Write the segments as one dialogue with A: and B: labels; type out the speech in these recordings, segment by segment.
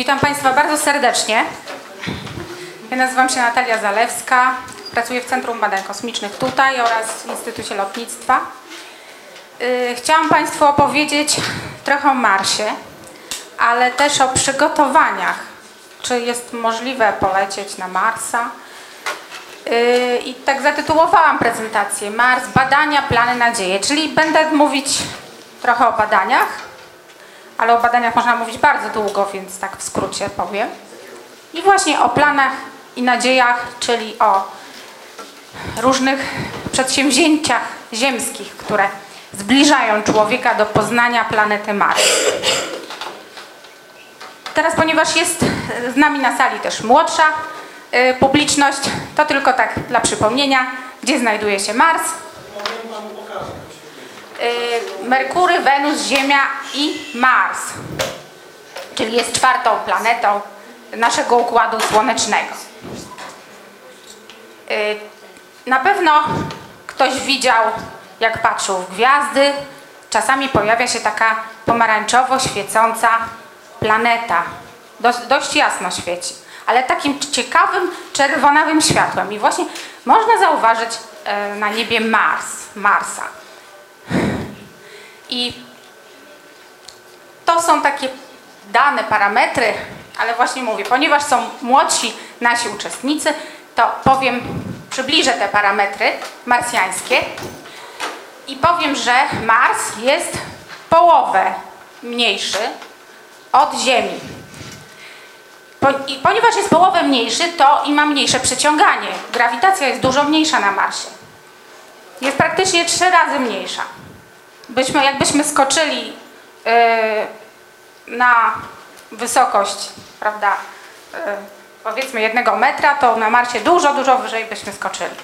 A: Witam Państwa bardzo serdecznie. Ja nazywam się Natalia Zalewska, pracuję w Centrum Badań Kosmicznych tutaj oraz w Instytucie Lotnictwa. Chciałam Państwu opowiedzieć trochę o Marsie, ale też o przygotowaniach. Czy jest możliwe polecieć na Marsa? I tak zatytułowałam prezentację Mars, badania, plany, nadzieje, czyli będę mówić trochę o badaniach, ale o badaniach można mówić bardzo długo, więc tak w skrócie powiem. I właśnie o planach i nadziejach, czyli o różnych przedsięwzięciach ziemskich, które zbliżają człowieka do poznania planety Mars. Teraz, ponieważ jest z nami na sali też młodsza publiczność, to tylko tak dla przypomnienia, gdzie znajduje się Mars. Merkury, Wenus, Ziemia i Mars, czyli jest czwartą planetą naszego Układu Słonecznego. Na pewno ktoś widział, jak patrzył w gwiazdy, czasami pojawia się taka pomarańczowo świecąca planeta. Dość jasno świeci, ale takim ciekawym, czerwonawym światłem. I właśnie można zauważyć na niebie Marsa. I to są takie dane, parametry, ale właśnie mówię, ponieważ są młodsi nasi uczestnicy, to przybliżę te parametry marsjańskie i powiem, że Mars jest połowę mniejszy od Ziemi. I ponieważ jest połowę mniejszy, to i ma mniejsze przyciąganie. Grawitacja jest dużo mniejsza na Marsie. Jest praktycznie 3 razy mniejsza. Jakbyśmy skoczyli na wysokość, prawda, powiedzmy 1 metra, to na Marsie dużo, dużo wyżej byśmy skoczyli.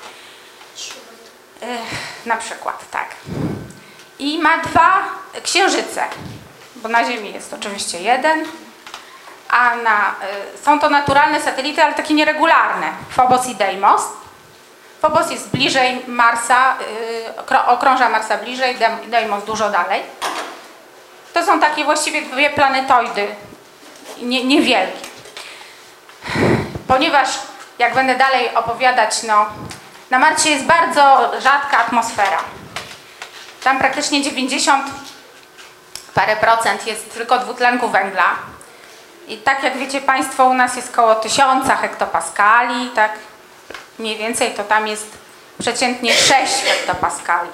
A: Na przykład, tak. I ma 2 księżyce, bo na Ziemi jest oczywiście 1, a są to naturalne satelity, ale takie nieregularne, Phobos i Deimos. Phobos jest bliżej Marsa, okrąża Marsa bliżej, Deimos dużo dalej. To są takie właściwie 2 planetoidy, niewielkie. Ponieważ, jak będę dalej opowiadać, na Marsie jest bardzo rzadka atmosfera. Tam praktycznie 90 parę procent jest tylko dwutlenku węgla. I tak jak wiecie Państwo, u nas jest około 1000 hektopaskali, tak mniej więcej to tam jest przeciętnie 6 hektopaskali.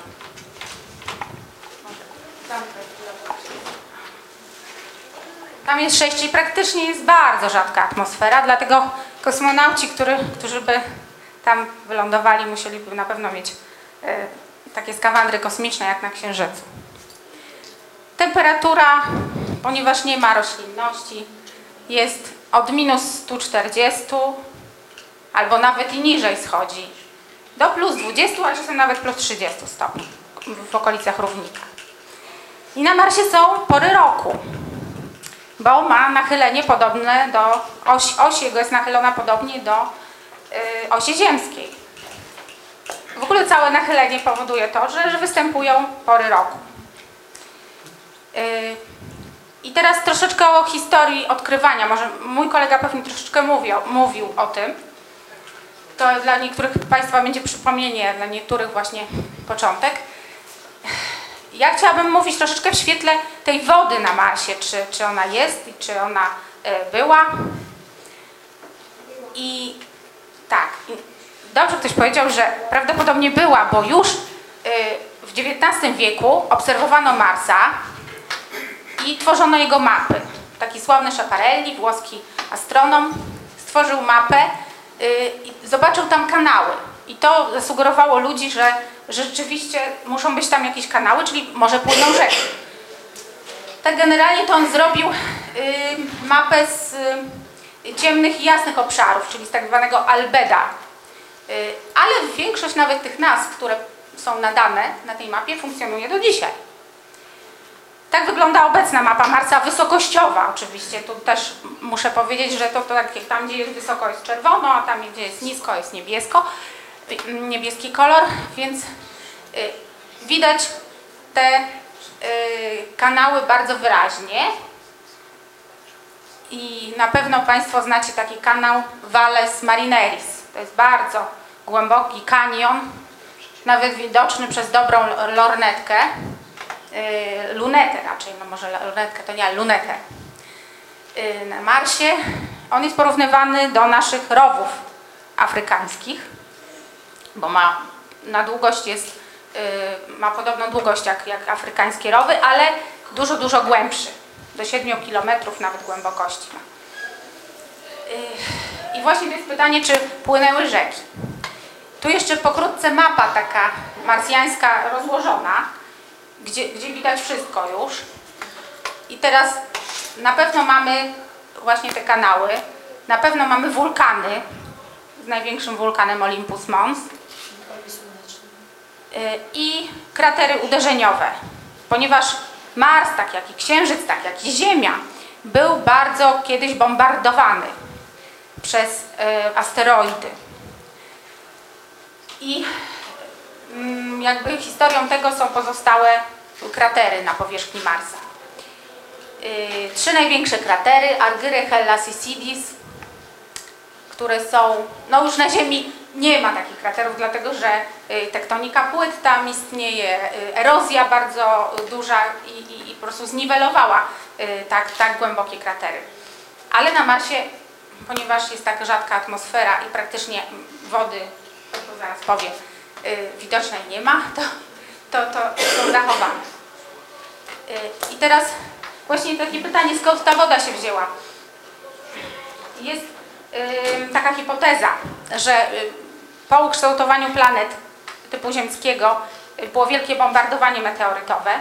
A: Tam jest 6 i praktycznie jest bardzo rzadka atmosfera, dlatego kosmonauci, którzy by tam wylądowali, musieliby na pewno mieć takie skafandry kosmiczne jak na Księżycu. Temperatura, ponieważ nie ma roślinności, jest od -140 albo nawet i niżej schodzi do +20, a czasem nawet +30 stopni w okolicach równika. I na Marsie są pory roku, bo ma nachylenie podobne do oś jego jest nachylona podobnie do osi ziemskiej. W ogóle całe nachylenie powoduje to, że występują pory roku. I teraz troszeczkę o historii odkrywania. Może mój kolega pewnie troszeczkę mówił o tym. To dla niektórych Państwa będzie przypomnienie, dla niektórych właśnie początek. Ja chciałabym mówić troszeczkę w świetle tej wody na Marsie, czy ona jest i czy ona była. I tak, dobrze ktoś powiedział, że prawdopodobnie była, bo już w XIX wieku obserwowano Marsa i tworzono jego mapy. Taki sławny Schiaparelli, włoski astronom, stworzył mapę i zobaczył tam kanały. I to zasugerowało ludzi, że rzeczywiście muszą być tam jakieś kanały, czyli może płyną rzeki. Tak generalnie to on zrobił mapę z ciemnych i jasnych obszarów, czyli z tak zwanego albeda. Ale większość nawet tych nazw, które są nadane na tej mapie, funkcjonuje do dzisiaj. Tak wygląda obecna mapa Marsa, wysokościowa oczywiście. Tu też muszę powiedzieć, że to tak jak tam, gdzie jest wysoko, jest czerwono, a tam, gdzie jest nisko, jest niebieski kolor, więc widać te kanały bardzo wyraźnie. I na pewno Państwo znacie taki kanał Valles Marineris. To jest bardzo głęboki kanion, nawet widoczny przez dobrą lornetkę, lunetę raczej, no może lornetkę to nie, ale lunetę. Na Marsie on jest porównywany do naszych rowów afrykańskich, bo ma na długość ma podobną długość jak afrykańskie rowy, ale dużo, dużo głębszy. Do 7 km nawet głębokości ma. I właśnie to jest pytanie, czy płynęły rzeki. Tu jeszcze pokrótce mapa taka marsjańska rozłożona, gdzie widać wszystko już. I teraz na pewno mamy właśnie te kanały, na pewno mamy wulkany, z największym wulkanem Olympus Mons i kratery uderzeniowe, ponieważ Mars, tak jak i Księżyc, tak jak i Ziemia, był bardzo kiedyś bombardowany przez asteroidy. I jakby historią tego są pozostałe kratery na powierzchni Marsa. 3 największe kratery, Argyre, Hellas i Sidis, które są, no już na Ziemi nie ma takich kraterów, dlatego że tektonika płyt tam istnieje, erozja bardzo duża i po prostu zniwelowała tak głębokie kratery. Ale na Marsie, ponieważ jest tak rzadka atmosfera i praktycznie wody, to zaraz powiem, widocznej nie ma, to są zachowane. I teraz właśnie takie pytanie, skąd ta woda się wzięła? Jest taka hipoteza, że po ukształtowaniu planet typu ziemskiego było wielkie bombardowanie meteorytowe.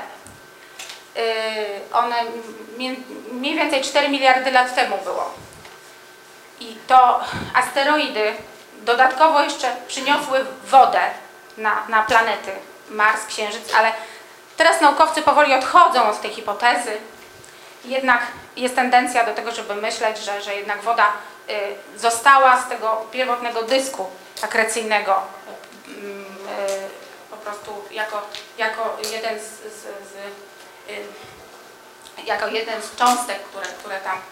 A: One mniej więcej 4 miliardy lat temu było. I to asteroidy dodatkowo jeszcze przyniosły wodę na planety Mars, Księżyc, ale teraz naukowcy powoli odchodzą od tej hipotezy. Jednak jest tendencja do tego, żeby myśleć, że jednak woda została z tego pierwotnego dysku akrecyjnego po prostu jako jeden z cząstek, które tam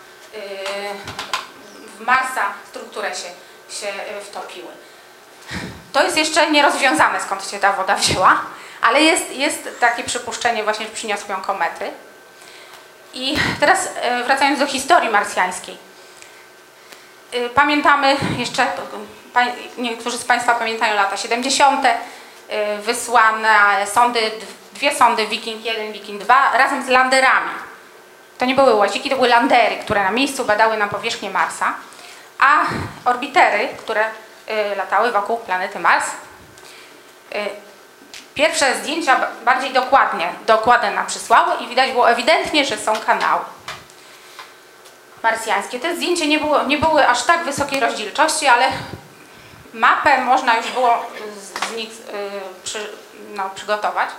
A: w Marsa strukturę się wtopiły. To jest jeszcze nierozwiązane, skąd się ta woda wzięła, ale jest takie przypuszczenie właśnie, że przyniosły ją komety. I teraz wracając do historii marsjańskiej. Pamiętamy jeszcze, niektórzy z Państwa pamiętają lata 70. Wysłane sondy, 2 sondy, Viking 1, Viking 2, razem z landerami. To nie były łaziki, to były landery, które na miejscu badały na powierzchnię Marsa, a orbitery, które latały wokół planety Mars. Pierwsze zdjęcia bardziej dokładne nam przysłały i widać było ewidentnie, że są kanały marsjańskie. Te zdjęcia nie były aż tak wysokiej rozdzielczości, ale mapę można już było z nich przygotować.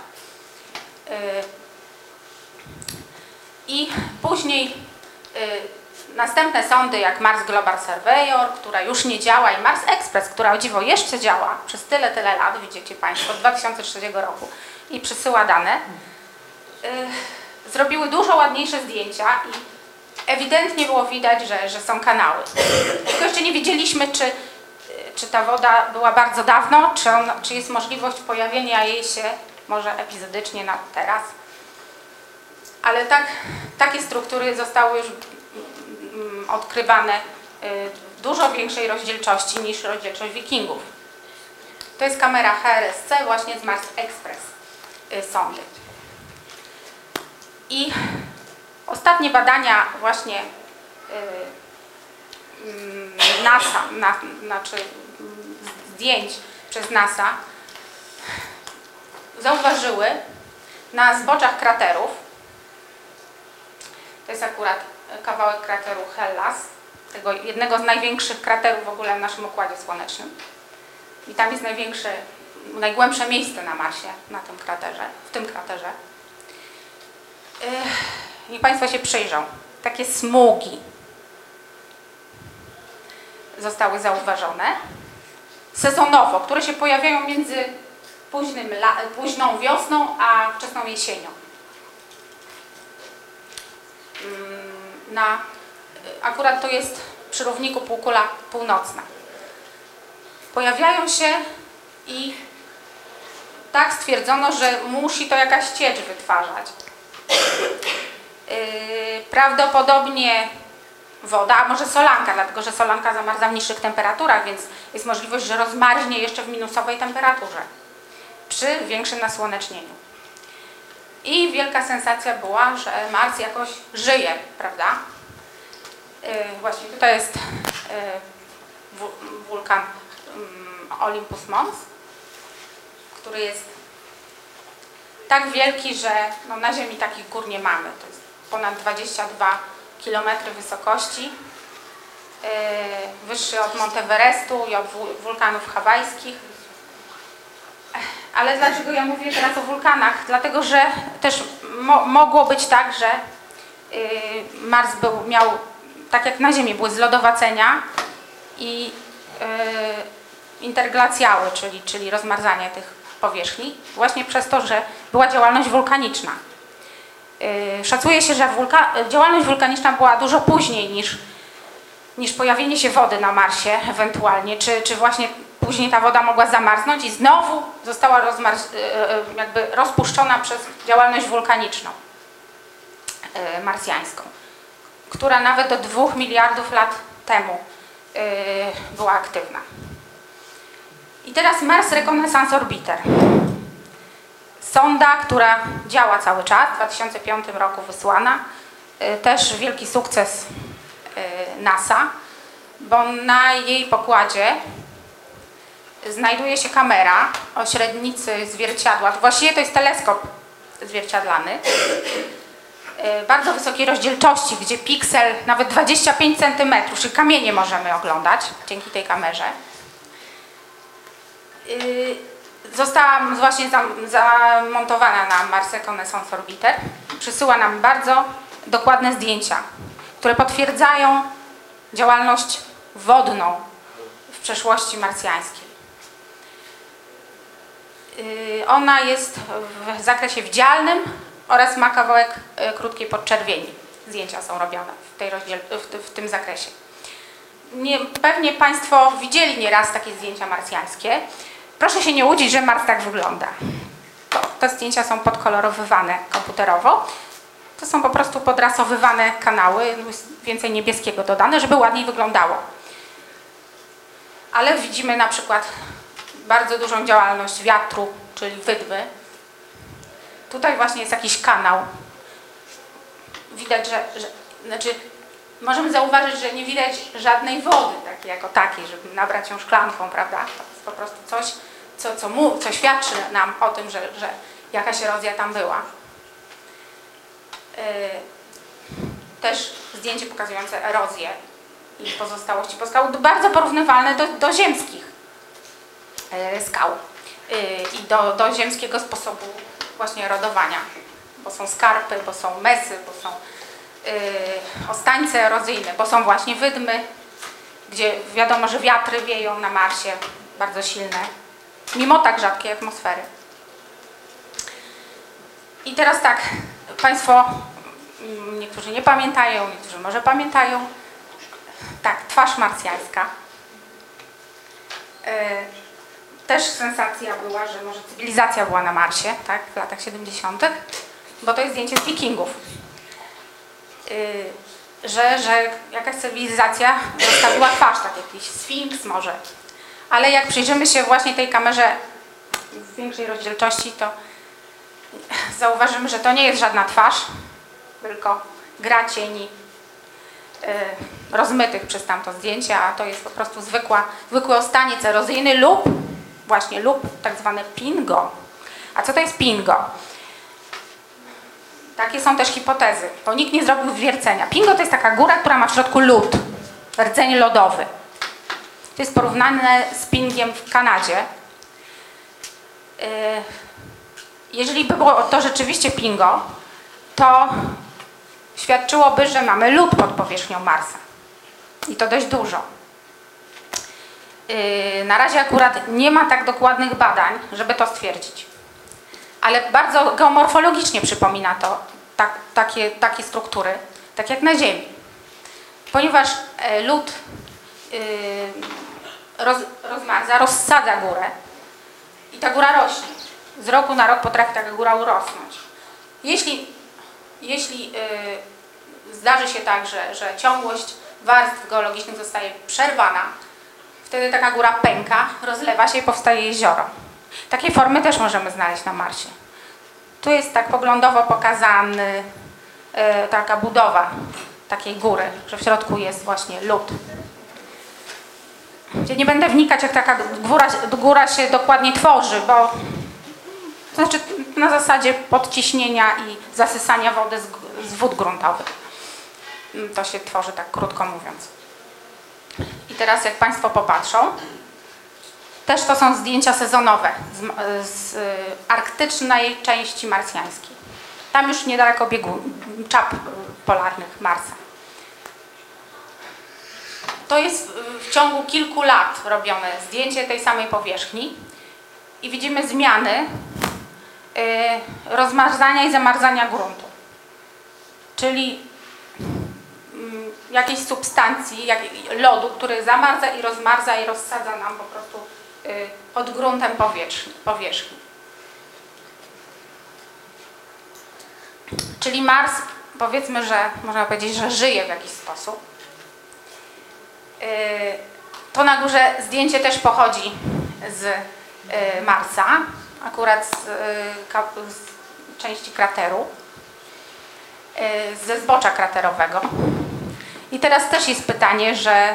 A: I później następne sondy jak Mars Global Surveyor, która już nie działa, i Mars Express, która o dziwo jeszcze działa przez tyle lat, widzicie Państwo, od 2003 roku i przysyła dane, zrobiły dużo ładniejsze zdjęcia i ewidentnie było widać, że są kanały. Tylko jeszcze nie wiedzieliśmy, czy ta woda była bardzo dawno, czy jest możliwość pojawienia jej się może epizodycznie na teraz. Ale takie struktury zostały już odkrywane w dużo większej rozdzielczości niż rozdzielczość Wikingów. To jest kamera HRSC właśnie z Mars Express sondy. I ostatnie badania właśnie NASA, znaczy zdjęć przez NASA, zauważyły na zboczach kraterów, to jest akurat kawałek krateru Hellas, tego jednego z największych kraterów w ogóle w naszym Układzie Słonecznym. I tam jest najgłębsze miejsce na Marsie, w tym kraterze. Niech Państwo się przyjrzą. Takie smugi zostały zauważone sezonowo, które się pojawiają między późną wiosną a wczesną jesienią. akurat to jest przy równiku półkula północna. Pojawiają się i tak stwierdzono, że musi to jakaś ciecz wytwarzać. Prawdopodobnie woda, a może solanka, dlatego że solanka zamarza w niższych temperaturach, więc jest możliwość, że rozmarznie jeszcze w minusowej temperaturze przy większym nasłonecznieniu. I wielka sensacja była, że Mars jakoś żyje, prawda? Właśnie tutaj jest wulkan Olympus Mons, który jest tak wielki, że no, na Ziemi takich gór nie mamy. To jest ponad 22 km wysokości, wyższy od Monteverestu i od wulkanów hawajskich. Ale dlaczego ja mówię teraz o wulkanach? Dlatego, że też mogło być tak, że Mars miał, tak jak na Ziemi, były zlodowacenia i interglacjały, czyli rozmarzanie tych powierzchni, właśnie przez to, że była działalność wulkaniczna. Szacuje się, że działalność wulkaniczna była dużo później niż pojawienie się wody na Marsie ewentualnie, czy właśnie później ta woda mogła zamarznąć i znowu została jakby rozpuszczona przez działalność wulkaniczną marsjańską, która nawet do 2 miliardów lat temu była aktywna. I teraz Mars Reconnaissance Orbiter. Sonda, która działa cały czas, w 2005 roku wysłana. Też wielki sukces NASA, bo na jej pokładzie znajduje się kamera o średnicy zwierciadła. Właściwie to jest teleskop zwierciadlany. Bardzo wysokiej rozdzielczości, gdzie piksel nawet 25 cm, czyli kamienie możemy oglądać dzięki tej kamerze. Została właśnie zamontowana na Mars Reconnaissance Orbiter. Przysyła nam bardzo dokładne zdjęcia, które potwierdzają działalność wodną w przeszłości marsjańskiej. Ona jest w zakresie widzialnym oraz ma kawałek krótkiej podczerwieni. Zdjęcia są robione w tym zakresie. Pewnie Państwo widzieli nieraz takie zdjęcia marsjańskie. Proszę się nie łudzić, że Mars tak wygląda. Te zdjęcia są podkolorowywane komputerowo. To są po prostu podrasowywane kanały, więcej niebieskiego dodane, żeby ładniej wyglądało. Ale widzimy na przykład bardzo dużą działalność wiatru, czyli wydmy. Tutaj właśnie jest jakiś kanał. Widać, znaczy możemy zauważyć, że nie widać żadnej wody takiej, żeby nabrać ją szklanką, prawda? To jest po prostu coś, co świadczy nam o tym, że jakaś erozja tam była. Też zdjęcie pokazujące erozję i pozostałości po skał, bardzo porównywalne do ziemskich skał i do ziemskiego sposobu właśnie erodowania, bo są skarpy, bo są mesy, bo są ostańce erozyjne, bo są właśnie wydmy, gdzie wiadomo, że wiatry wieją na Marsie bardzo silne, mimo tak rzadkiej atmosfery. I teraz tak, Państwo, niektórzy nie pamiętają, niektórzy może pamiętają, tak, twarz marsjańska. Też sensacja była, że może cywilizacja była na Marsie, tak, w latach 70., bo to jest zdjęcie z Wikingów. Że jakaś cywilizacja zostawiła twarz, tak jakiś sfinks może. Ale jak przyjrzymy się właśnie tej kamerze w większej rozdzielczości, to zauważymy, że to nie jest żadna twarz, tylko gra cieni rozmytych przez tamto zdjęcie, a to jest po prostu zwykły ostaniec erozyjny lub tak zwane pingo. A co to jest pingo? Takie są też hipotezy, bo nikt nie zrobił wiercenia. Pingo to jest taka góra, która ma w środku lód, rdzeń lodowy. To jest porównane z pingiem w Kanadzie. Jeżeli by było to rzeczywiście pingo, to świadczyłoby, że mamy lód pod powierzchnią Marsa. I to dość dużo. Na razie akurat nie ma tak dokładnych badań, żeby to stwierdzić. Ale bardzo geomorfologicznie przypomina to takie struktury, tak jak na Ziemi. ponieważ lód rozmarza, rozsadza górę i ta góra rośnie. Z roku na rok potrafi taka góra urosnąć. Jeśli zdarzy się tak, że ciągłość warstw geologicznych zostaje przerwana, wtedy taka góra pęka, rozlewa się i powstaje jezioro. Takie formy też możemy znaleźć na Marsie. Tu jest tak poglądowo pokazany taka budowa takiej góry, że w środku jest właśnie lód. Ja nie będę wnikać, jak taka góra się dokładnie tworzy, bo to znaczy na zasadzie podciśnienia i zasysania wody z wód gruntowych. To się tworzy, tak krótko mówiąc. I teraz jak Państwo popatrzą, też to są zdjęcia sezonowe z arktycznej części marsjańskiej. Tam już niedaleko czap polarnych Marsa. To jest w ciągu kilku lat robione zdjęcie tej samej powierzchni i widzimy zmiany rozmarzania i zamarzania gruntu. Czyli jakiejś substancji, lodu, który zamarza i rozmarza i rozsadza nam po prostu pod gruntem powierzchni. Czyli Mars, powiedzmy, że można powiedzieć, że żyje w jakiś sposób. To na górze zdjęcie też pochodzi z Marsa, akurat z części krateru, ze zbocza kraterowego. I teraz też jest pytanie, że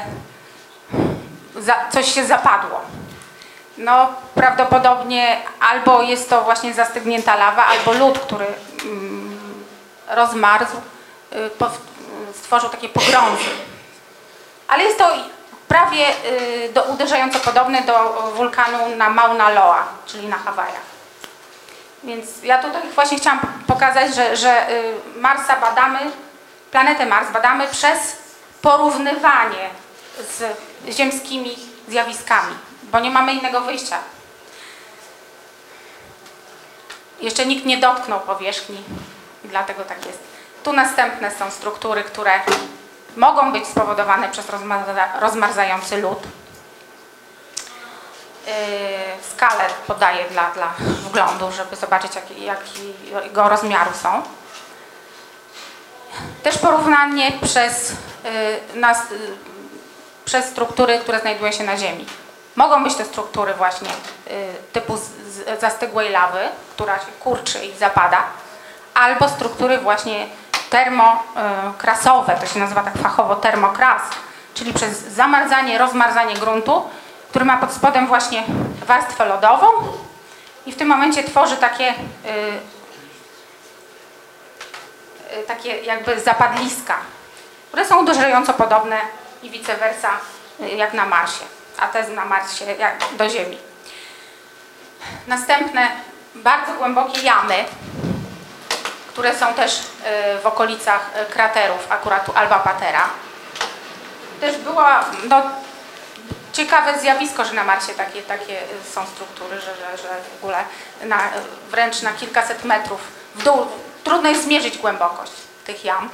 A: coś się zapadło. No prawdopodobnie albo jest to właśnie zastygnięta lawa, albo lód, który rozmarzł, stworzył takie pogrąże. Ale jest to prawie uderzająco podobne do wulkanu na Mauna Loa, czyli na Hawajach. Więc ja tutaj właśnie chciałam pokazać, że Marsa badamy, planetę Mars badamy przez porównywanie z ziemskimi zjawiskami, bo nie mamy innego wyjścia. Jeszcze nikt nie dotknął powierzchni i dlatego tak jest. Tu następne są struktury, które mogą być spowodowane przez rozmarzający lód. Skalę podaję dla wglądu, żeby zobaczyć, jakiego rozmiaru są. Też porównanie przez struktury, które znajdują się na Ziemi. Mogą być to struktury właśnie typu zastygłej lawy, która się kurczy i zapada, albo struktury właśnie termokrasowe, to się nazywa tak fachowo termokras, czyli przez zamarzanie, rozmarzanie gruntu, który ma pod spodem właśnie warstwę lodową i w tym momencie tworzy takie jakby zapadliska, które są uderzająco podobne i vice versa jak na Marsie, a te na Marsie jak do Ziemi. Następne bardzo głębokie jamy, które są też w okolicach kraterów, akurat tu Alba Patera. Też było ciekawe zjawisko, że na Marsie takie są struktury, że w ogóle wręcz na kilkaset metrów w dół trudno jest zmierzyć głębokość tych jam.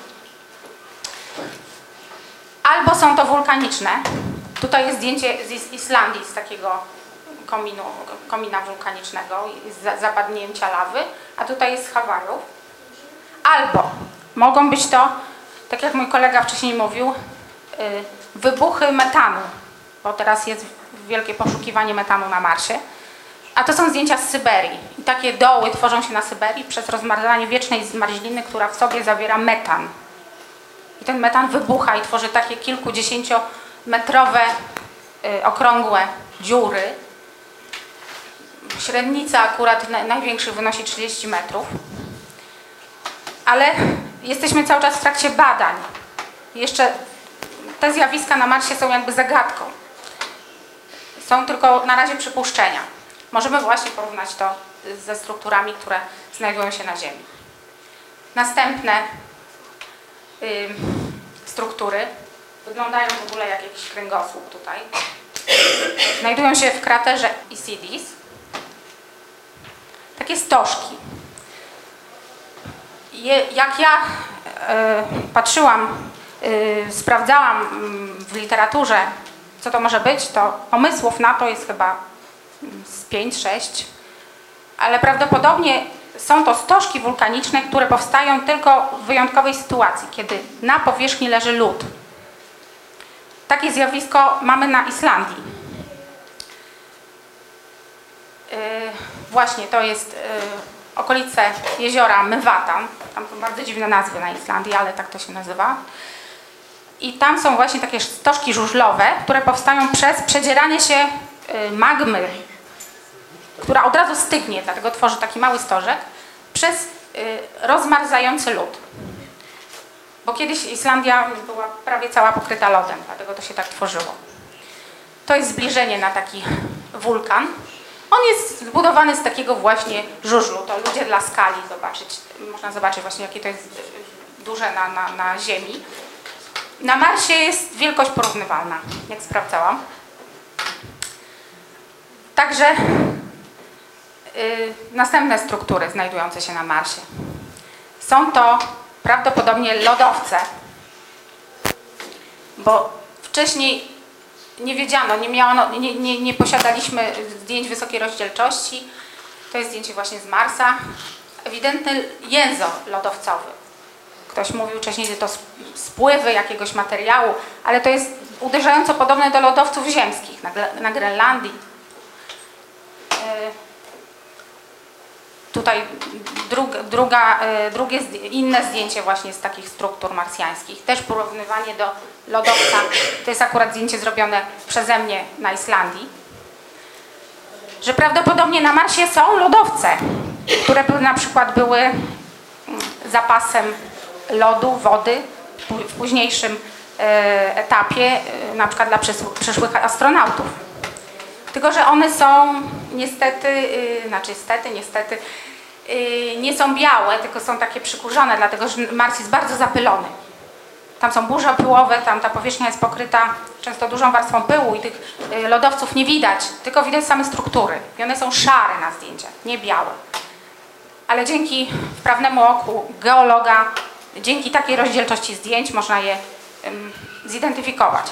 A: Albo są to wulkaniczne. Tutaj jest zdjęcie z Islandii, z takiego komina wulkanicznego, z zapadnięcia lawy, a tutaj jest z Hawajów. Albo mogą być to, tak jak mój kolega wcześniej mówił, wybuchy metanu, bo teraz jest wielkie poszukiwanie metanu na Marsie. A to są zdjęcia z Syberii. I takie doły tworzą się na Syberii przez rozmarzanie wiecznej zmarzliny, która w sobie zawiera metan. I ten metan wybucha i tworzy takie kilkudziesięciometrowe, okrągłe dziury. Średnica akurat największych wynosi 30 metrów. Ale jesteśmy cały czas w trakcie badań. Jeszcze te zjawiska na Marsie są jakby zagadką. Są tylko na razie przypuszczenia. Możemy właśnie porównać to ze strukturami, które znajdują się na Ziemi. Następne struktury wyglądają w ogóle jak jakiś kręgosłup tutaj. Znajdują się w kraterze Isidis. Takie stożki. Jak ja patrzyłam sprawdzałam w literaturze, co to może być, to pomysłów na to jest chyba z 5-6, ale prawdopodobnie są to stożki wulkaniczne, które powstają tylko w wyjątkowej sytuacji, kiedy na powierzchni leży lód. Takie zjawisko mamy na Islandii. Właśnie to jest okolice jeziora Mywatan. Tam są bardzo dziwne nazwy na Islandii, ale tak to się nazywa. I tam są właśnie takie stożki żużlowe, które powstają przez przedzieranie się magmy, która od razu stygnie, dlatego tworzy taki mały stożek, przez rozmarzający lód. Bo kiedyś Islandia była prawie cała pokryta lodem, dlatego to się tak tworzyło. To jest zbliżenie na taki wulkan. On jest zbudowany z takiego właśnie żużlu. To ludzie dla skali zobaczyć. Można zobaczyć właśnie, jakie to jest duże na Ziemi. Na Marsie jest wielkość porównywalna, jak sprawdzałam. Także następne struktury znajdujące się na Marsie. Są to prawdopodobnie lodowce, bo wcześniej nie wiedziano, nie posiadaliśmy zdjęć wysokiej rozdzielczości. To jest zdjęcie właśnie z Marsa. Ewidentny język lodowcowy. Ktoś mówił wcześniej, że to spływy jakiegoś materiału, ale to jest uderzająco podobne do lodowców ziemskich na Grenlandii. Tutaj drugie inne zdjęcie właśnie z takich struktur marsjańskich. Też porównywanie do lodowca. To jest akurat zdjęcie zrobione przeze mnie na Islandii. Że prawdopodobnie na Marsie są lodowce, które na przykład były zapasem lodu, wody w późniejszym etapie, na przykład dla przyszłych astronautów. Tylko że one są niestety, nie są białe, tylko są takie przykurzone, dlatego że Mars jest bardzo zapylony. Tam są burze pyłowe, tam ta powierzchnia jest pokryta często dużą warstwą pyłu i tych lodowców nie widać, tylko widać same struktury. I one są szare na zdjęciach, nie białe. Ale dzięki wprawnemu oku geologa, dzięki takiej rozdzielczości zdjęć można je zidentyfikować.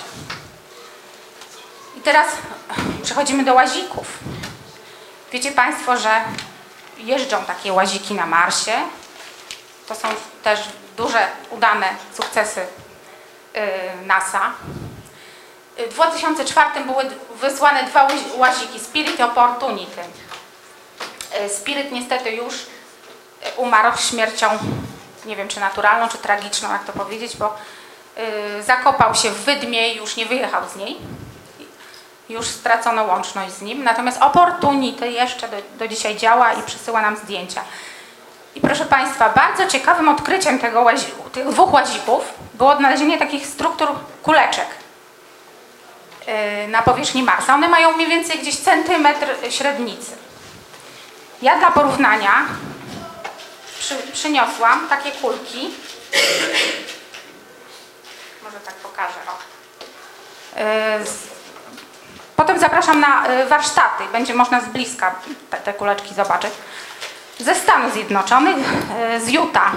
A: I teraz przechodzimy do łazików. Wiecie Państwo, że jeżdżą takie łaziki na Marsie. To są też duże, udane sukcesy NASA. W 2004 były wysłane 2 łaziki, Spirit i Opportunity. Spirit niestety już umarł śmiercią, nie wiem czy naturalną, czy tragiczną, jak to powiedzieć, bo zakopał się w wydmie i już nie wyjechał z niej. Już stracono łączność z nim. Natomiast Opportunity jeszcze do dzisiaj działa i przysyła nam zdjęcia. I proszę Państwa, bardzo ciekawym odkryciem tych 2 łazików było odnalezienie takich struktur kuleczek na powierzchni Marsa. One mają mniej więcej gdzieś centymetr średnicy. Ja dla porównania przyniosłam takie kulki. Może tak pokażę. Potem zapraszam na warsztaty. Będzie można z bliska te kuleczki zobaczyć. Ze Stanów Zjednoczonych, z Utah.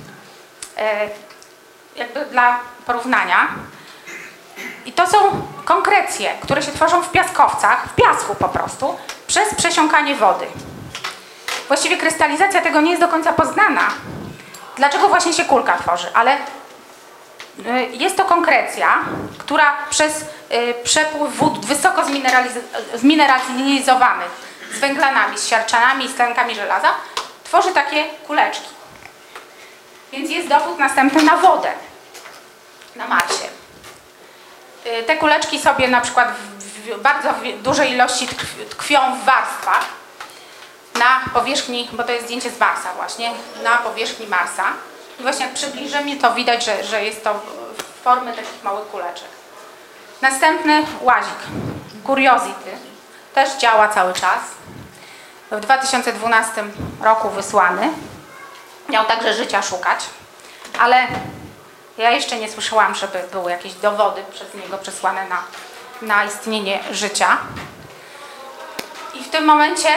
A: Jakby dla porównania. I to są konkrecje, które się tworzą w piaskowcach, w piasku po prostu, przez przesiąkanie wody. Właściwie krystalizacja tego nie jest do końca poznana. Dlaczego właśnie się kulka tworzy? Ale jest to konkrecja, która przez przepływ wód wysoko zmineralizowanych, z węglanami, z siarczanami i z tlenkami żelaza, tworzy takie kuleczki. Więc jest dowód następny na wodę na Marsie. Te kuleczki sobie na przykład w bardzo dużej ilości tkwią w warstwach na powierzchni, bo to jest zdjęcie z Marsa właśnie, na powierzchni Marsa. I właśnie jak przybliżymy, to widać, że jest to w formy takich małych kuleczek. Następny łazik, Curiosity, też działa cały czas. W 2012 roku wysłany. Miał także życia szukać, ale ja jeszcze nie słyszałam, żeby były jakieś dowody przez niego przesłane na istnienie życia. I w tym momencie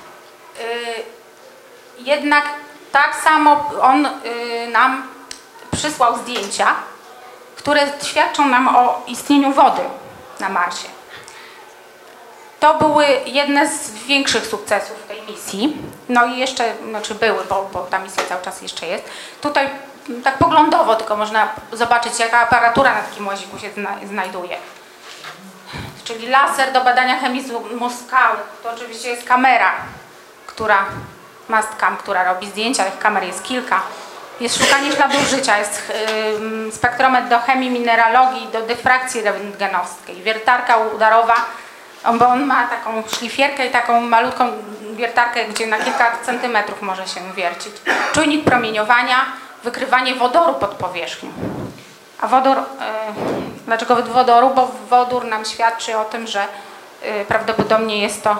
A: jednak tak samo on nam przysłał zdjęcia, które świadczą nam o istnieniu wody na Marsie. To były jedne z większych sukcesów tej misji. No i jeszcze, znaczy były, bo ta misja cały czas jeszcze jest. Tutaj tak poglądowo tylko można zobaczyć, jaka aparatura na takim łaziku się znajduje. Czyli laser do badania chemizmu skał. To oczywiście jest kamera, mastcam, która robi zdjęcia. Tych kamer jest kilka. Jest szukanie śladów życia, jest spektrometr do chemii, mineralogii, do dyfrakcji rentgenowskiej, wiertarka udarowa, bo on ma taką szlifierkę i taką malutką wiertarkę, gdzie na kilka centymetrów może się wiercić. Czujnik promieniowania, wykrywanie wodoru pod powierzchnią. A wodór, dlaczego wodoru? Bo wodór nam świadczy o tym, że prawdopodobnie jest to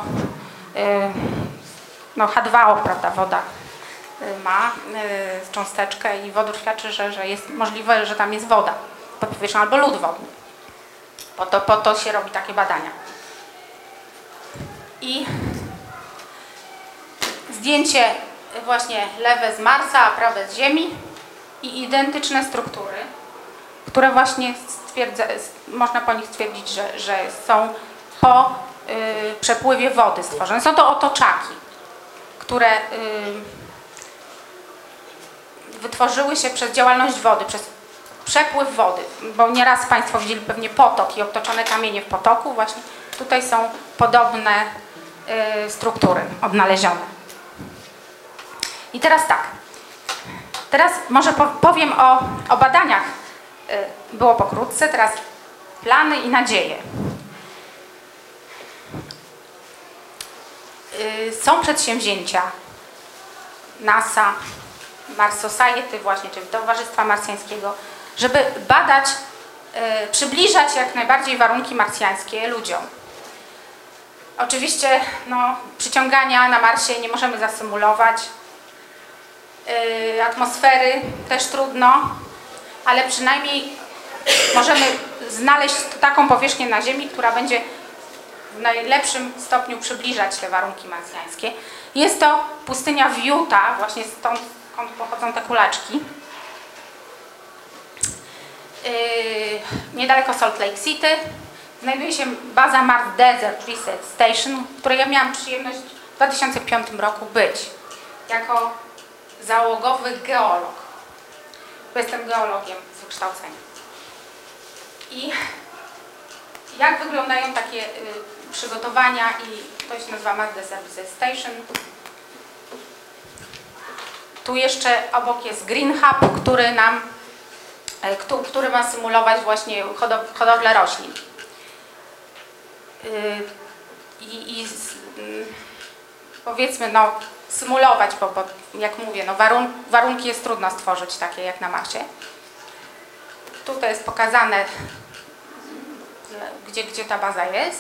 A: no H2O, prawda, woda ma cząsteczkę i wodór świadczy, że jest możliwe, że tam jest woda pod powierzchnią albo lód wodny. Po to się robi takie badania. I zdjęcie właśnie lewe z Marsa, a prawe z Ziemi i identyczne struktury, które właśnie można po nich stwierdzić, że są po przepływie wody stworzone. Są to otoczaki, które wytworzyły się przez działalność wody, przez przepływ wody, bo nieraz Państwo widzieli pewnie potok i obtoczone kamienie w potoku. Właśnie tutaj są podobne struktury odnalezione. I teraz tak, teraz może powiem o badaniach. Było pokrótce, teraz plany i nadzieje. Są przedsięwzięcia NASA, Mars Society właśnie, czyli Towarzystwa Marsjańskiego, żeby badać, przybliżać jak najbardziej warunki marsjańskie ludziom. Oczywiście przyciągania na Marsie nie możemy zasymulować, atmosfery też trudno, ale przynajmniej możemy znaleźć taką powierzchnię na Ziemi, która będzie w najlepszym stopniu przybliżać te warunki marsjańskie. Jest to pustynia w Utah, właśnie stąd skąd pochodzą te kulaczki. Niedaleko Salt Lake City znajduje się baza Mars Desert Research Station, w której ja miałam przyjemność w 2005 roku być jako załogowy geolog. Bo jestem geologiem z wykształcenia. I jak wyglądają takie przygotowania i to się nazywa Mars Desert Research Station. Tu jeszcze obok jest Green Hub, który ma symulować właśnie hodowlę roślin. Powiedzmy, symulować, bo jak mówię, warunki jest trudno stworzyć takie jak na Marsie. Tutaj jest pokazane, gdzie ta baza jest.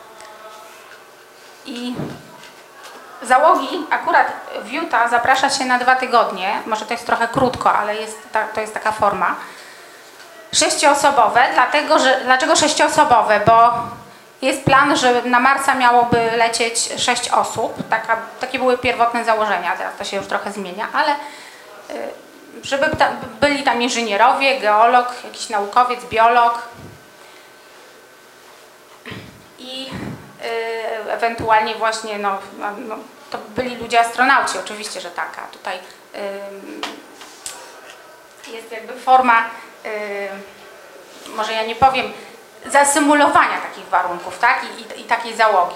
A: I załogi akurat w Utah zaprasza się na 2 tygodnie, może to jest trochę krótko, ale to jest taka forma. 6-osobowe, dlaczego 6-osobowe? Bo jest plan, że na Marsa miałoby lecieć 6 osób, takie były pierwotne założenia, teraz to się już trochę zmienia, ale żeby byli tam inżynierowie, geolog, jakiś naukowiec, biolog i ewentualnie właśnie to byli ludzie astronauci, oczywiście, że tak, a tutaj jest jakby forma, może ja nie powiem, zasymulowania takich warunków, tak, i takiej załogi.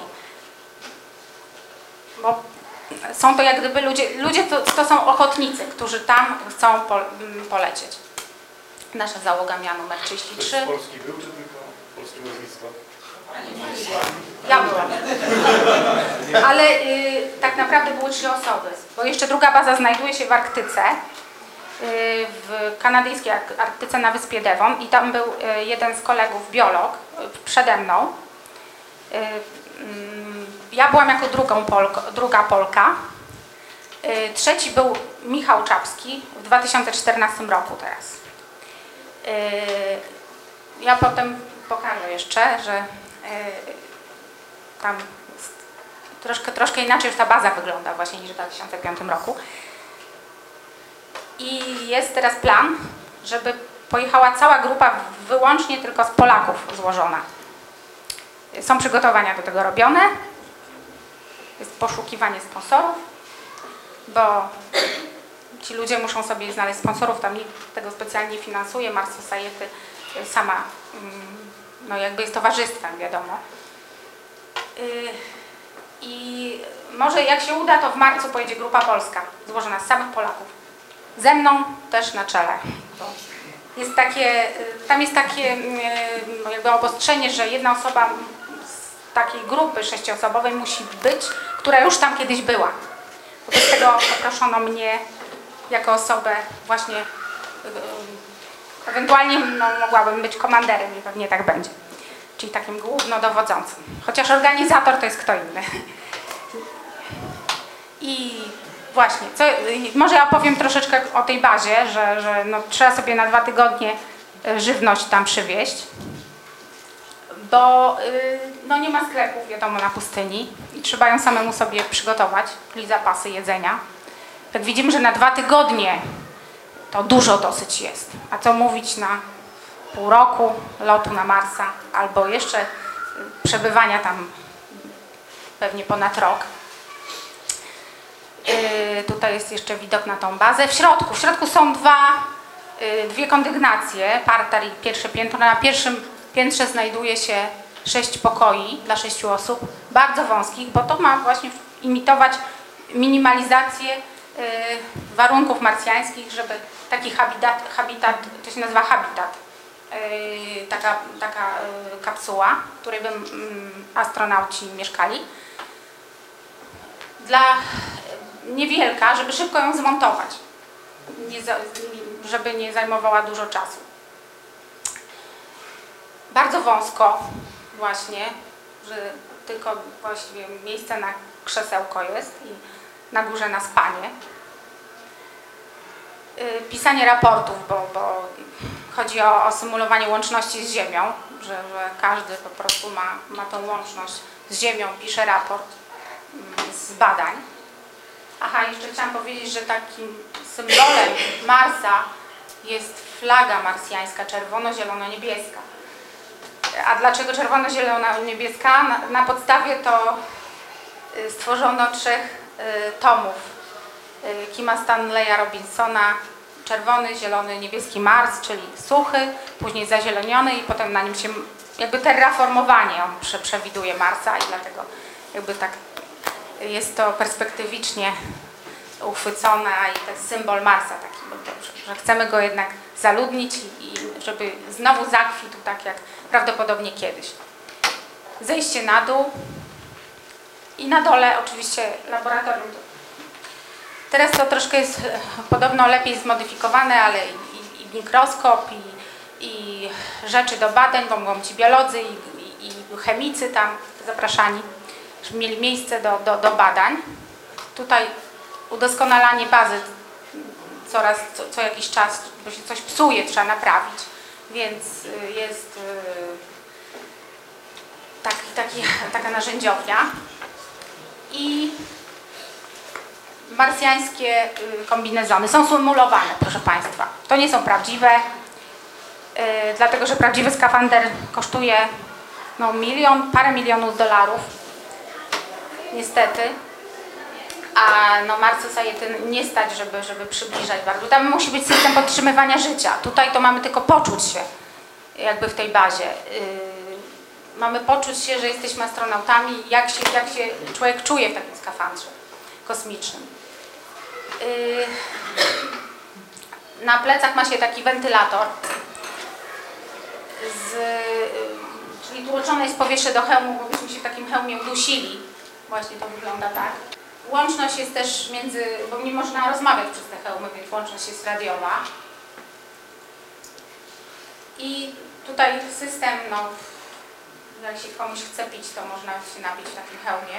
A: Bo są to jak gdyby ludzie to są ochotnicy, którzy tam chcą polecieć. Nasza załoga miała numer 33.
B: Ktoś z Polski był, czy tylko polskie nazwisko?
A: Ja byłam. Ale tak naprawdę były 3 osoby, bo jeszcze druga baza znajduje się w Arktyce, w kanadyjskiej Arktyce na wyspie Devon i tam był jeden z kolegów, biolog, przede mną. Ja byłam jako druga Polka. Trzeci był Michał Czapski w 2014 roku teraz. Ja potem pokażę jeszcze, że tam troszkę inaczej już ta baza wygląda właśnie niż w 2005 roku. I jest teraz plan, żeby pojechała cała grupa wyłącznie tylko z Polaków złożona. Są przygotowania do tego robione. Jest poszukiwanie sponsorów, bo ci ludzie muszą sobie znaleźć sponsorów, tam nikt tego specjalnie finansuje. Mars Society sama, no jakby jest towarzystwem, wiadomo. I może jak się uda, to w marcu pojedzie grupa polska, złożona z samych Polaków. Ze mną też na czele. Jest takie, tam jest takie jakby obostrzenie, że jedna osoba z takiej grupy 6-osobowej musi być, która już tam kiedyś była. Wobec tego poproszono mnie jako osobę właśnie, ewentualnie no, mogłabym być komanderem i pewnie tak będzie. Czyli takim głównodowodzącym. Chociaż organizator to jest kto inny. I właśnie, może ja opowiem troszeczkę o tej bazie, że no, trzeba sobie na 2 tygodnie żywność tam przywieźć, bo no, nie ma sklepów, wiadomo, na pustyni i trzeba ją samemu sobie przygotować, czyli zapasy jedzenia. Jak widzimy, że na 2 tygodnie to dużo dosyć jest, a co mówić na pół roku lotu na Marsa albo jeszcze przebywania tam pewnie ponad rok. Tutaj jest jeszcze widok na tą bazę. W środku są dwie kondygnacje, parter i pierwsze piętro. Na pierwszym piętrze znajduje się 6 pokoi dla 6 osób, bardzo wąskich, bo to ma właśnie imitować minimalizację warunków marsjańskich, żeby taki habitat, to się nazywa habitat, taka kapsuła, w której by astronauci mieszkali. Niewielka, żeby szybko ją zmontować, żeby nie zajmowała dużo czasu. Bardzo wąsko właśnie, że tylko właściwie miejsce na krzesełko jest i na górze na spanie. Pisanie raportów, bo chodzi o symulowanie łączności z Ziemią, że każdy po prostu ma tą łączność z Ziemią, pisze raport z badań. Aha, jeszcze chciałam powiedzieć, że takim symbolem Marsa jest flaga marsjańska, czerwono-zielono-niebieska. A dlaczego czerwono-zielono-niebieska? Na podstawie to stworzono 3 tomów Kima Stanleya Robinsona. Czerwony, zielony, niebieski Mars, czyli suchy, później zazieloniony i potem na nim się jakby terraformowanie on przewiduje Marsa i dlatego jakby tak jest to perspektywicznie uchwycone i to jest symbol Marsa taki, że chcemy go jednak zaludnić i żeby znowu zakwitł tak jak prawdopodobnie kiedyś. Zejście na dół i na dole oczywiście laboratorium. Teraz to troszkę jest podobno lepiej zmodyfikowane, ale i mikroskop, i rzeczy do badań, bo mogą ci biolodzy i chemicy tam zapraszani, żeby mieli miejsce do badań. Tutaj udoskonalanie bazy co jakiś czas, bo się coś psuje, trzeba naprawić, więc jest taka narzędziownia i marsjańskie kombinezony są symulowane, proszę Państwa. To nie są prawdziwe, dlatego że prawdziwy skafander kosztuje no, parę milionów dolarów, niestety. A no, Mars Society nie stać, żeby przybliżać bardzo. Tam musi być system podtrzymywania życia. Tutaj to mamy tylko poczuć się jakby w tej bazie. Mamy poczuć się, że jesteśmy astronautami, jak się człowiek czuje w takim skafandrze kosmicznym. Na plecach ma się taki wentylator, czyli tłoczone jest powietrze do hełmu, bo byśmy się w takim hełmie udusili. Właśnie to wygląda tak. Łączność jest też bo nie można rozmawiać przez te hełmy, więc łączność jest radiowa. I tutaj system, no, jak się komuś chce pić, to można się napić w takim hełmie.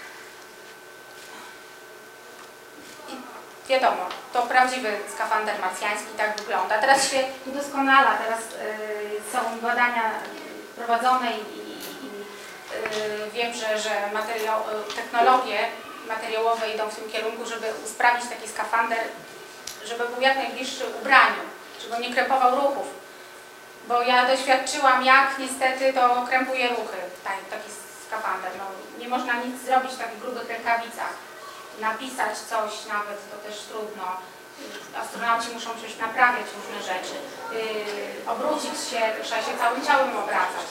A: I wiadomo, to prawdziwy skafander marsjański tak wygląda. Teraz się udoskonala, teraz są badania prowadzone i wiem, że technologie materiałowe idą w tym kierunku, żeby usprawnić taki skafander, żeby był jak najbliższy ubraniu, żeby on nie krępował ruchów. Bo ja doświadczyłam, jak niestety to krępuje ruchy, taki skafander. No, nie można nic zrobić w takich grubych rękawicach. Napisać coś nawet, to też trudno. Astronauci muszą przecież naprawiać różne rzeczy. Obrócić się, trzeba się całym ciałem obracać.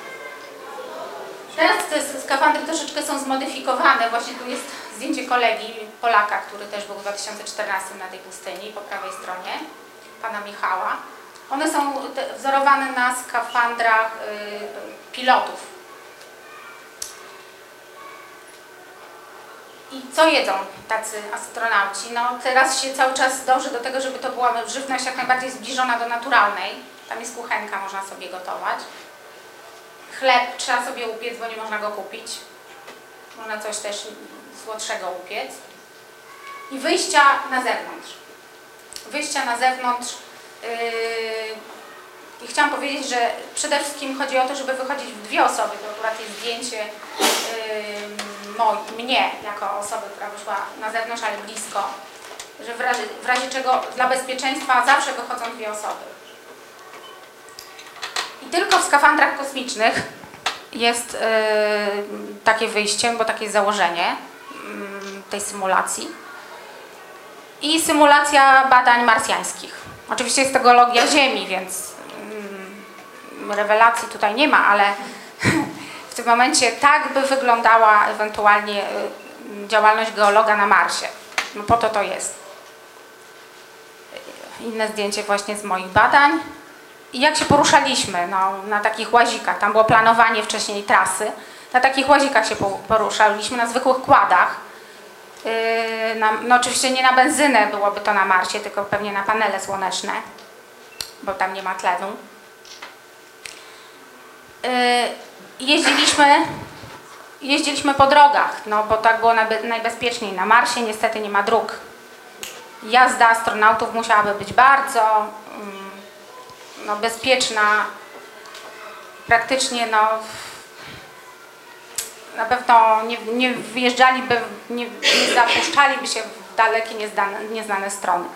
A: Teraz te skafandry troszeczkę są zmodyfikowane. Właśnie tu jest zdjęcie kolegi, Polaka, który też był w 2014 na tej pustyni, po prawej stronie, pana Michała. One są wzorowane na skafandrach pilotów. I co jedzą tacy astronauci? No teraz się cały czas dąży do tego, żeby to była żywność jak najbardziej zbliżona do naturalnej. Tam jest kuchenka, można sobie gotować. Chleb trzeba sobie upiec, bo nie można go kupić. Można coś też słodszego upiec. I wyjścia na zewnątrz. Wyjścia na zewnątrz. I chciałam powiedzieć, że przede wszystkim chodzi o to, żeby wychodzić w dwie osoby. To akurat jest zdjęcie mnie jako osoby, która wyszła na zewnątrz, ale blisko. Że w razie czego dla bezpieczeństwa zawsze wychodzą dwie osoby. I tylko w skafandrach kosmicznych jest takie wyjście, bo takie jest założenie tej symulacji. I symulacja badań marsjańskich. Oczywiście jest to geologia Ziemi, więc rewelacji tutaj nie ma, ale w tym momencie tak by wyglądała ewentualnie działalność geologa na Marsie. No po to jest. Inne zdjęcie właśnie z moich badań. I jak się poruszaliśmy? No, na takich łazikach. Tam było planowanie wcześniej trasy. Na takich łazikach się poruszaliśmy, na zwykłych kładach. No oczywiście nie na benzynę byłoby to na Marsie, tylko pewnie na panele słoneczne, bo tam nie ma tlenu. Jeździliśmy po drogach, no bo tak było najbezpieczniej. Na Marsie niestety nie ma dróg. Jazda astronautów musiałaby być bardzo bezpieczna. Praktycznie na pewno nie wyjeżdżaliby, nie zapuszczaliby się w dalekie, nieznane strony.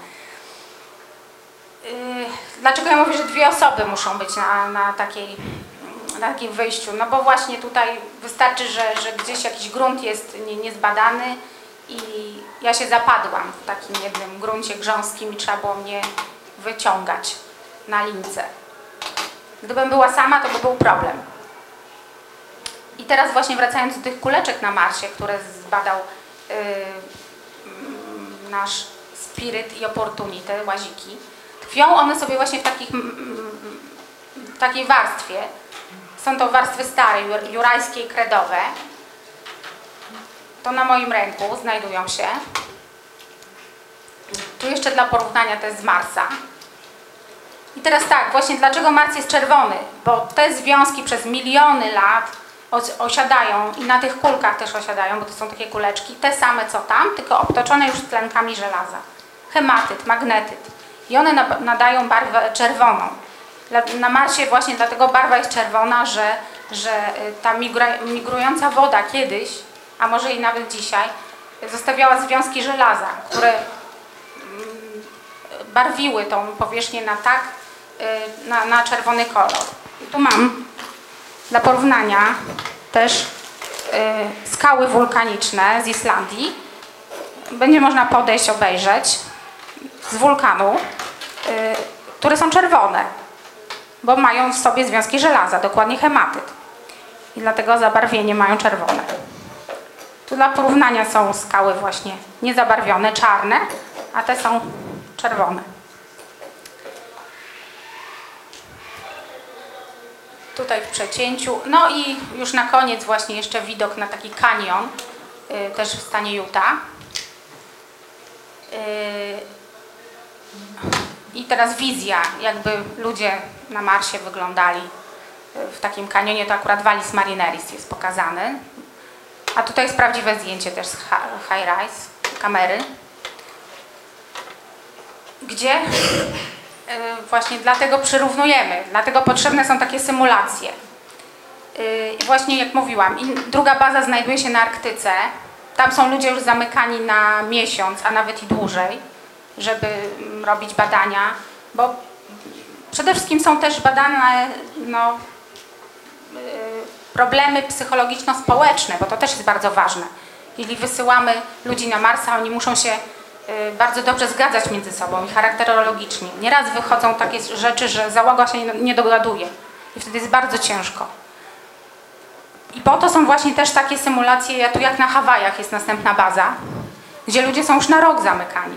A: Dlaczego ja mówię, że dwie osoby muszą być na takim wyjściu? No bo właśnie tutaj wystarczy, że gdzieś jakiś grunt jest niezbadany i ja się zapadłam w takim jednym gruncie grząskim i trzeba było mnie wyciągać na lince. Gdybym była sama, to by był problem. I teraz właśnie wracając do tych kuleczek na Marsie, które zbadał nasz Spirit i Opportunity, łaziki, tkwią one sobie właśnie w takiej warstwie. Są to warstwy stare, jurajskie i kredowe. To na moim ręku znajdują się. Tu jeszcze dla porównania to jest z Marsa. I teraz tak, właśnie dlaczego Mars jest czerwony? Bo te związki przez miliony lat osiadają i na tych kulkach też osiadają, bo to są takie kuleczki, te same co tam, tylko obtoczone już tlenkami żelaza. Hematyt, magnetyt. I one nadają barwę czerwoną. Na Marsie właśnie dlatego barwa jest czerwona, że ta migrująca woda kiedyś, a może i nawet dzisiaj, zostawiała związki żelaza, które barwiły tą powierzchnię na czerwony kolor. I tu mam dla porównania też skały wulkaniczne z Islandii. Będzie można podejść, obejrzeć z wulkanu, które są czerwone, bo mają w sobie związki żelaza, dokładnie hematyt. I dlatego zabarwienie mają czerwone. Tu dla porównania są skały właśnie niezabarwione, czarne, a te są czerwone. Tutaj w przecięciu. No i już na koniec właśnie jeszcze widok na taki kanion, też w stanie Utah. I teraz wizja, jakby ludzie na Marsie wyglądali w takim kanionie, to akurat Valles Marineris jest pokazany. A tutaj jest prawdziwe zdjęcie też z high-rise kamery, gdzie właśnie dlatego przyrównujemy, dlatego potrzebne są takie symulacje. Właśnie jak mówiłam, druga baza znajduje się na Arktyce. Tam są ludzie już zamykani na miesiąc, a nawet i dłużej, żeby robić badania, bo Przede wszystkim są też badane problemy psychologiczno-społeczne, bo to też jest bardzo ważne. Jeśli wysyłamy ludzi na Marsa, oni muszą się bardzo dobrze zgadzać między sobą i charakterologicznie. Nieraz wychodzą takie rzeczy, że załoga się nie dogaduje i wtedy jest bardzo ciężko. I po to są właśnie też takie symulacje, tu jak na Hawajach jest następna baza, gdzie ludzie są już na rok zamykani.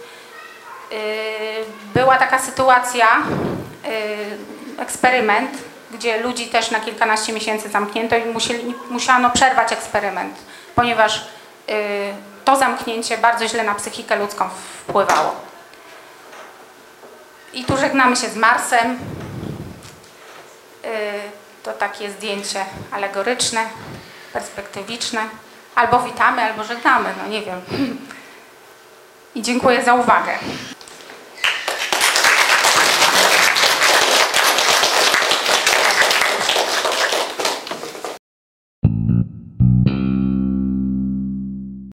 A: Była taka sytuacja, eksperyment, gdzie ludzi też na kilkanaście miesięcy zamknięto i musiano przerwać eksperyment, ponieważ to zamknięcie bardzo źle na psychikę ludzką wpływało. I tu żegnamy się z Marsem. To takie zdjęcie alegoryczne, perspektywiczne. Albo witamy, albo żegnamy, no nie wiem. I dziękuję za uwagę.